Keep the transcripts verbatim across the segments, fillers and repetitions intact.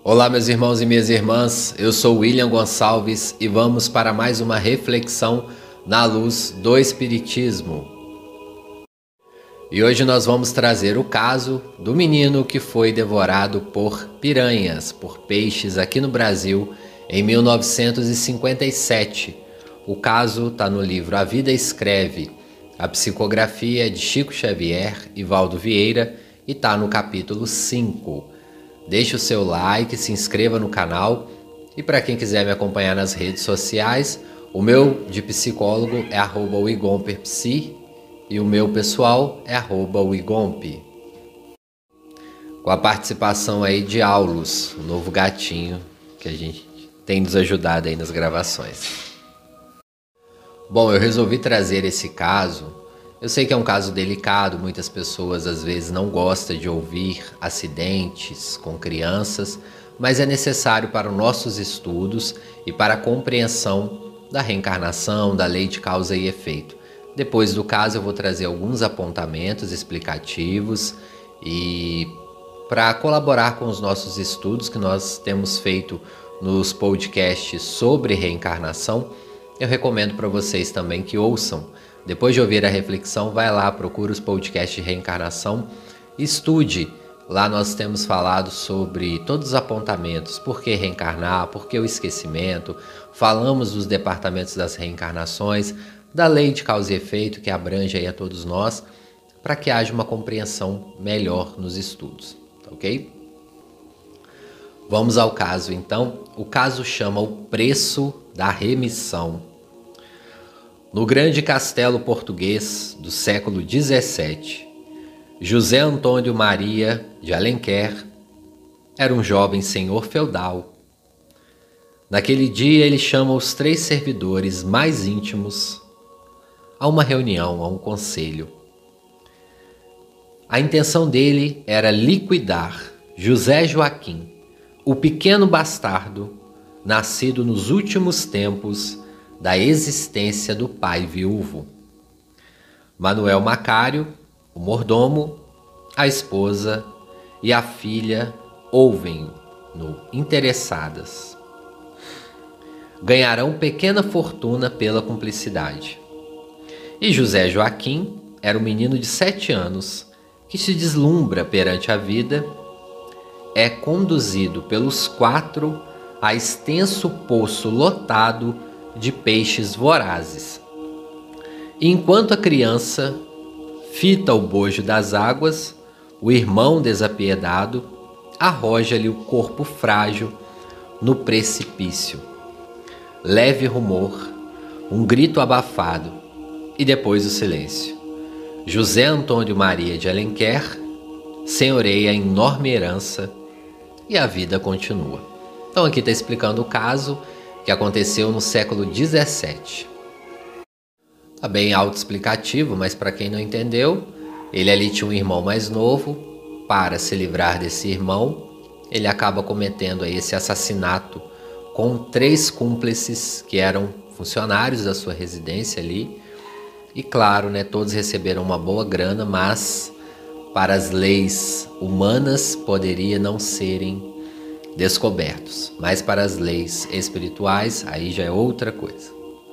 Olá, meus irmãos e minhas irmãs, eu sou William Gonçalves e vamos para mais uma reflexão na luz do Espiritismo. E hoje nós vamos trazer o caso do menino que foi devorado por piranhas, por peixes aqui no Brasil em mil novecentos e cinquenta e sete. O caso está no livro A Vida Escreve, a psicografia de Chico Xavier e Valdo Vieira, e está no capítulo cinco. Deixe o seu like, se inscreva no canal e para quem quiser me acompanhar nas redes sociais, o meu de psicólogo é arroba wigomperpsi e o meu pessoal é arroba wigomp. Com a participação aí de Aulus, o novo gatinho que a gente tem nos ajudado aí nas gravações. Bom, eu resolvi trazer esse caso. Eu sei que é um caso delicado, muitas pessoas às vezes não gostam de ouvir acidentes com crianças, mas é necessário para os nossos estudos e para a compreensão da reencarnação, da lei de causa e efeito. Depois do caso eu vou trazer alguns apontamentos explicativos e para colaborar com os nossos estudos que nós temos feito nos podcasts sobre reencarnação, eu recomendo para vocês também que ouçam. Depois de ouvir a reflexão, vai lá, procura os podcasts de reencarnação, estude. Lá nós temos falado sobre todos os apontamentos, por que reencarnar, por que o esquecimento, falamos dos departamentos das reencarnações, da lei de causa e efeito que abrange aí a todos nós, para que haja uma compreensão melhor nos estudos, ok? Vamos ao caso então. O caso chama O Preço da Remissão. No grande castelo português do século dezessete, José Antônio Maria de Alenquer era um jovem senhor feudal. Naquele dia ele chama os três servidores mais íntimos a uma reunião, a um conselho. A intenção dele era liquidar José Joaquim, o pequeno bastardo, nascido nos últimos tempos da existência do pai viúvo. Manuel Macário, o mordomo, a esposa e a filha ouvem-no interessadas. Ganharão pequena fortuna pela cumplicidade. E José Joaquim era um menino de sete anos que se deslumbra perante a vida, é conduzido pelos quatro a extenso poço lotado de peixes vorazes. E enquanto a criança fita o bojo das águas, o irmão desapiedado arroja-lhe o corpo frágil no precipício. Leve rumor, um grito abafado e depois o silêncio. José Antônio Maria de Alenquer senhoreia a enorme herança e a vida continua. Então aqui está explicando o caso que aconteceu no século dezessete. Tá bem autoexplicativo, mas para quem não entendeu, ele ali tinha um irmão mais novo. Para se livrar desse irmão, ele acaba cometendo aí esse assassinato com três cúmplices que eram funcionários da sua residência ali. E claro, né, todos receberam uma boa grana, mas para as leis humanas poderia não serem descobertos, mas para as leis espirituais aí já é outra coisa.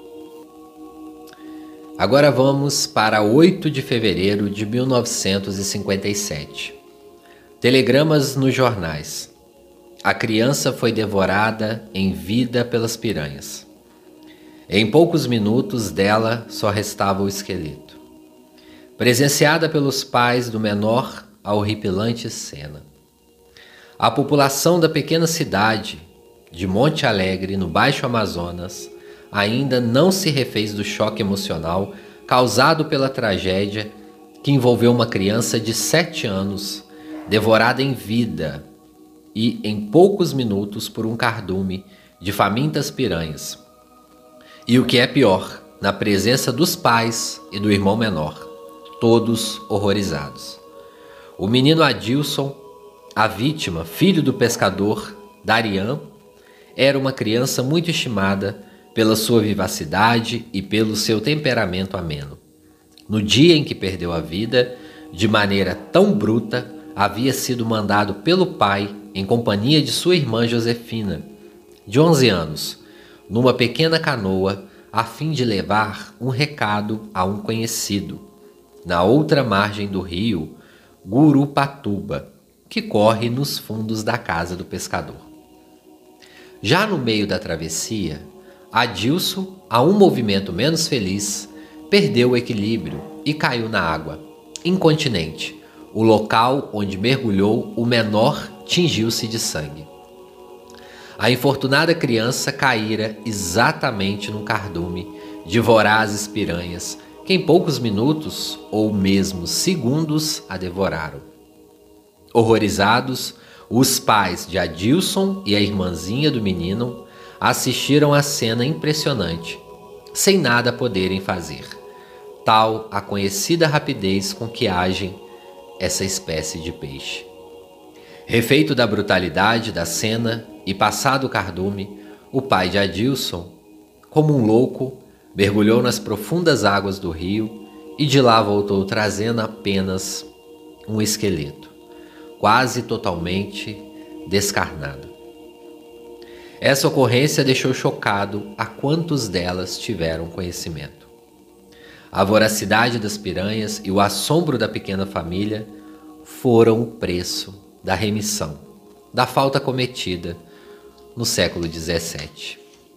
Agora vamos para oito de fevereiro de mil novecentos e cinquenta e sete. Telegramas nos jornais. A criança foi devorada em vida pelas piranhas. Em poucos minutos dela só restava o esqueleto. Presenciada pelos pais do menor a horripilante cena. A população da pequena cidade de Monte Alegre, no Baixo Amazonas, ainda não se refez do choque emocional causado pela tragédia que envolveu uma criança de sete anos, devorada em vida e em poucos minutos por um cardume de famintas piranhas. E o que é pior, na presença dos pais e do irmão menor, todos horrorizados. O menino Adilson, a vítima, filho do pescador Darian, era uma criança muito estimada pela sua vivacidade e pelo seu temperamento ameno. No dia em que perdeu a vida, de maneira tão bruta, havia sido mandado pelo pai em companhia de sua irmã Josefina, de onze anos, numa pequena canoa, a fim de levar um recado a um conhecido, na outra margem do rio Gurupatuba, que corre nos fundos da casa do pescador. Já no meio da travessia, Adilson, a um movimento menos feliz, perdeu o equilíbrio e caiu na água, incontinente. O local onde mergulhou o menor tingiu-se de sangue. A infortunada criança caíra exatamente no cardume de vorazes piranhas, que em poucos minutos ou mesmo segundos a devoraram. Horrorizados, os pais de Adilson e a irmãzinha do menino assistiram à cena impressionante, sem nada poderem fazer. Tal a conhecida rapidez com que agem essa espécie de peixe. Refeito da brutalidade da cena e passado o cardume, o pai de Adilson, como um louco, mergulhou nas profundas águas do rio e de lá voltou trazendo apenas um esqueleto, quase totalmente descarnado. Essa ocorrência deixou chocado a quantos delas tiveram conhecimento. A voracidade das piranhas e o assombro da pequena família foram o preço da remissão, da falta cometida no século dezessete.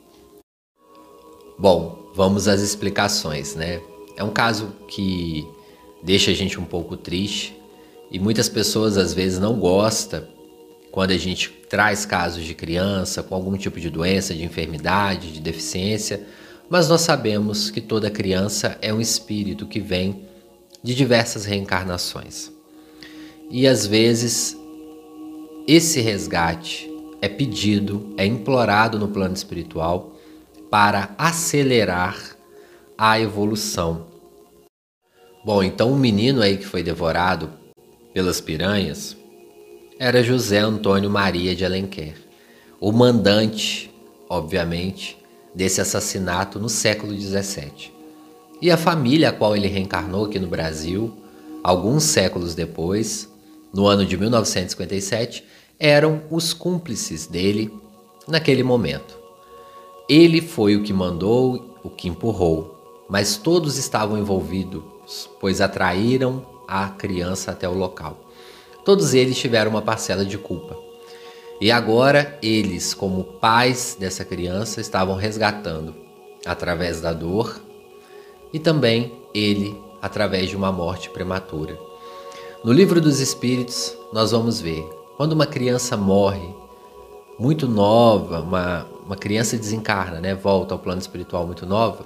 Bom, vamos às explicações, né? É um caso que deixa a gente um pouco triste e muitas pessoas às vezes não gostam quando a gente traz casos de criança com algum tipo de doença, de enfermidade, de deficiência, mas nós sabemos que toda criança é um espírito que vem de diversas reencarnações. E às vezes esse resgate é pedido, é implorado no plano espiritual para acelerar a evolução. Bom, então o menino aí que foi devorado pelas piranhas era José Antônio Maria de Alenquer, o mandante, obviamente, desse assassinato no século dezessete. E a família a qual ele reencarnou aqui no Brasil, alguns séculos depois, no ano de mil novecentos e cinquenta e sete, eram os cúmplices dele naquele momento. Ele foi o que mandou, o que empurrou, mas todos estavam envolvidos, pois atraíram a criança até o local. Todos eles tiveram uma parcela de culpa. E agora eles, como pais dessa criança, estavam resgatando através da dor e também ele através de uma morte prematura. No Livro dos Espíritos nós vamos ver, quando uma criança morre muito nova, uma, uma criança desencarna, né, volta ao plano espiritual muito nova,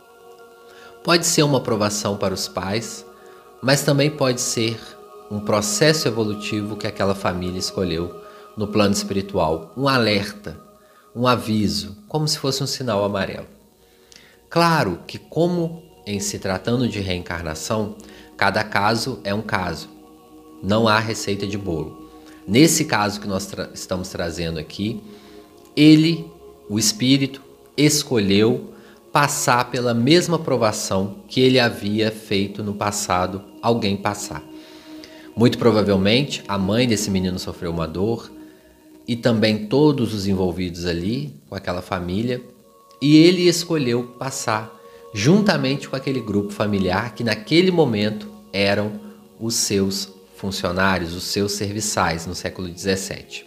pode ser uma provação para os pais, mas também pode ser um processo evolutivo que aquela família escolheu no plano espiritual, um alerta, um aviso, como se fosse um sinal amarelo. Claro que, como em se tratando de reencarnação, cada caso é um caso, não há receita de bolo. Nesse caso que nós tra- estamos trazendo aqui, ele, o espírito, escolheu passar pela mesma provação que ele havia feito no passado alguém passar. Muito provavelmente a mãe desse menino sofreu uma dor e também todos os envolvidos ali com aquela família, e ele escolheu passar juntamente com aquele grupo familiar que naquele momento eram os seus funcionários, os seus serviçais no século dezessete.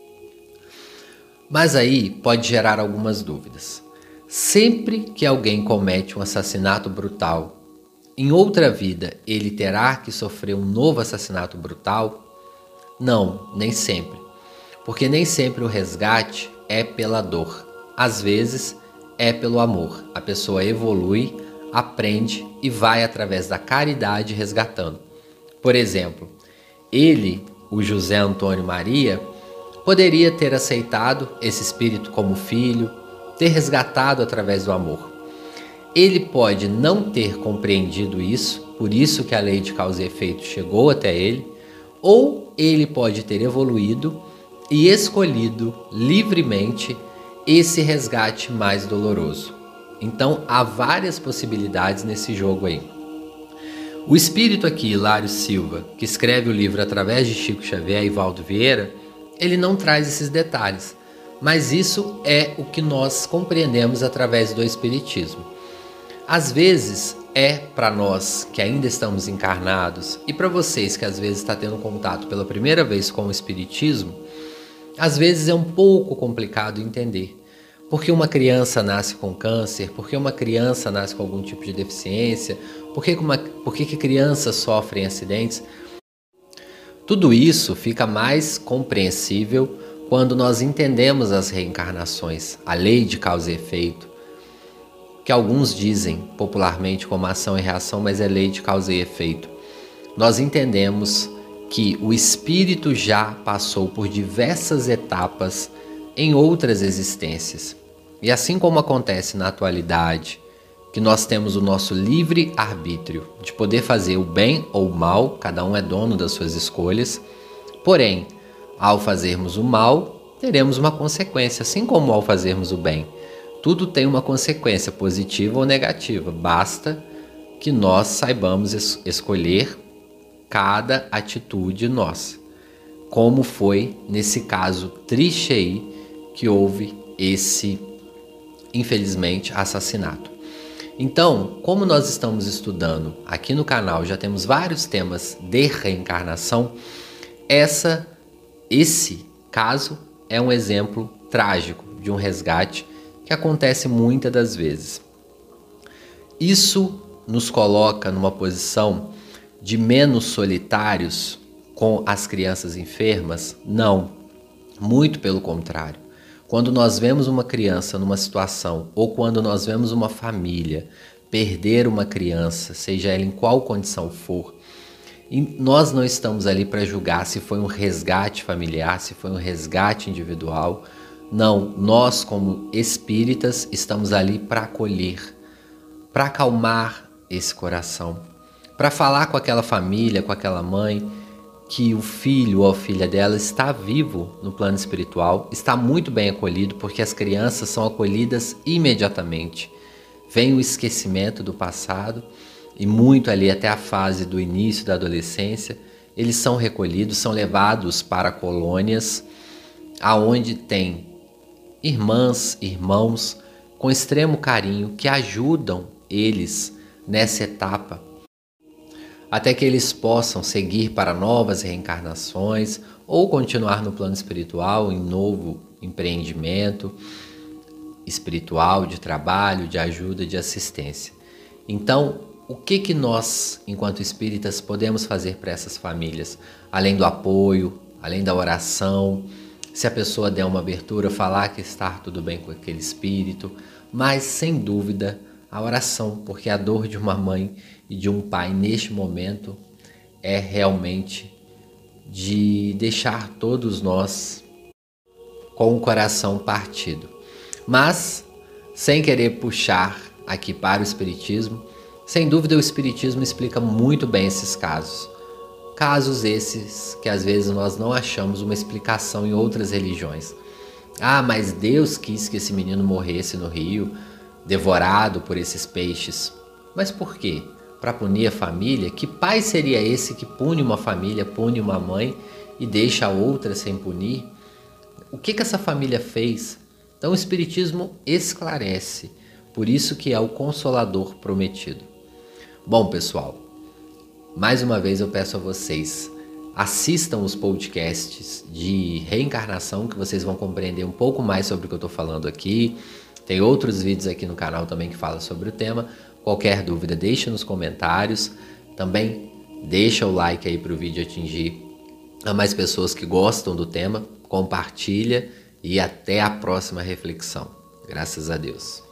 Mas aí pode gerar algumas dúvidas. Sempre que alguém comete um assassinato brutal, em outra vida ele terá que sofrer um novo assassinato brutal? Não, nem sempre. Porque nem sempre o resgate é pela dor. Às vezes é pelo amor. A pessoa evolui, aprende e vai através da caridade resgatando. Por exemplo, ele, o José Antônio Maria, poderia ter aceitado esse espírito como filho, ter resgatado através do amor. Ele pode não ter compreendido isso, por isso que a lei de causa e efeito chegou até ele, ou ele pode ter evoluído e escolhido livremente esse resgate mais doloroso. Então há várias possibilidades nesse jogo aí. O espírito aqui, Hilário Silva, que escreve o livro através de Chico Xavier e Valdo Vieira, ele não traz esses detalhes. Mas isso é o que nós compreendemos através do Espiritismo. Às vezes é para nós que ainda estamos encarnados e para vocês que às vezes está tendo contato pela primeira vez com o Espiritismo, às vezes é um pouco complicado entender. Por que uma criança nasce com câncer? Por que uma criança nasce com algum tipo de deficiência? Por que, uma, por que, que crianças sofrem acidentes? Tudo isso fica mais compreensível quando nós entendemos as reencarnações, a lei de causa e efeito, que alguns dizem popularmente como ação e reação, mas é lei de causa e efeito. Nós entendemos que o espírito já passou por diversas etapas em outras existências. E assim como acontece na atualidade, que nós temos o nosso livre arbítrio de poder fazer o bem ou o mal, cada um é dono das suas escolhas, porém, ao fazermos o mal, teremos uma consequência, assim como ao fazermos o bem. Tudo tem uma consequência, positiva ou negativa, basta que nós saibamos es- escolher cada atitude nossa, como foi nesse caso triste aí, que houve esse, infelizmente, assassinato. Então, como nós estamos estudando aqui no canal, já temos vários temas de reencarnação, essa, esse caso é um exemplo trágico de um resgate que acontece muitas das vezes. Isso nos coloca numa posição de menos solitários com as crianças enfermas? Não, muito pelo contrário. Quando nós vemos uma criança numa situação, ou quando nós vemos uma família perder uma criança, seja ela em qual condição for, nós não estamos ali para julgar se foi um resgate familiar, se foi um resgate individual. Não, nós como espíritas estamos ali para acolher, para acalmar esse coração, para falar com aquela família, com aquela mãe, que o filho ou a filha dela está vivo no plano espiritual, está muito bem acolhido, porque as crianças são acolhidas imediatamente. Vem o esquecimento do passado e muito ali até a fase do início da adolescência, eles são recolhidos, são levados para colônias, aonde tem irmãs, irmãos com extremo carinho que ajudam eles nessa etapa, até que eles possam seguir para novas reencarnações ou continuar no plano espiritual em novo empreendimento espiritual, de trabalho, de ajuda, de assistência. Então, o que que nós, enquanto espíritas, podemos fazer para essas famílias? Além do apoio, além da oração, se a pessoa der uma abertura, falar que está tudo bem com aquele espírito, mas sem dúvida a oração, porque a dor de uma mãe e de um pai neste momento é realmente de deixar todos nós com o coração partido. Mas, sem querer puxar aqui para o Espiritismo, sem dúvida o Espiritismo explica muito bem esses casos. Casos esses que às vezes nós não achamos uma explicação em outras religiões. Ah, mas Deus quis que esse menino morresse no rio, devorado por esses peixes. Mas por quê? Para punir a família? Que pai seria esse que pune uma família, pune uma mãe e deixa a outra sem punir? O que que essa família fez? Então o Espiritismo esclarece, por isso que é o Consolador prometido. Bom, pessoal, mais uma vez eu peço a vocês, assistam os podcasts de reencarnação, que vocês vão compreender um pouco mais sobre o que eu estou falando aqui. Tem outros vídeos aqui no canal também que falam sobre o tema. Qualquer dúvida, deixa nos comentários. Também deixa o like aí para o vídeo atingir a mais pessoas que gostam do tema. Compartilha e até a próxima reflexão. Graças a Deus.